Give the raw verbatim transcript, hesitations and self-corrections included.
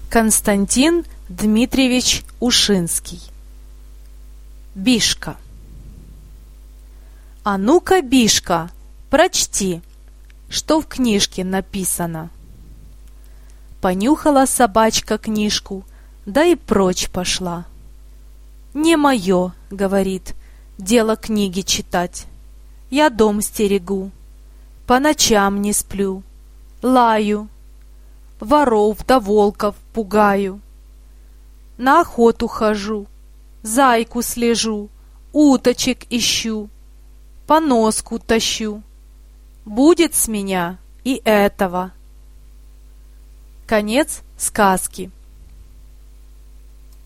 Константин Дмитриевич Ушинский. Бишка. А ну-ка, Бишка, прочти, что в книжке написано. Понюхала собачка книжку, да и прочь пошла. Не мое, говорит, дело книги читать. Я дом стерегу, по ночам не сплю, лаю, воров да волков пугаю. На охоту хожу, зайку слежу, уточек ищу, по носку тащу. Будет с меня и этого. Конец сказки.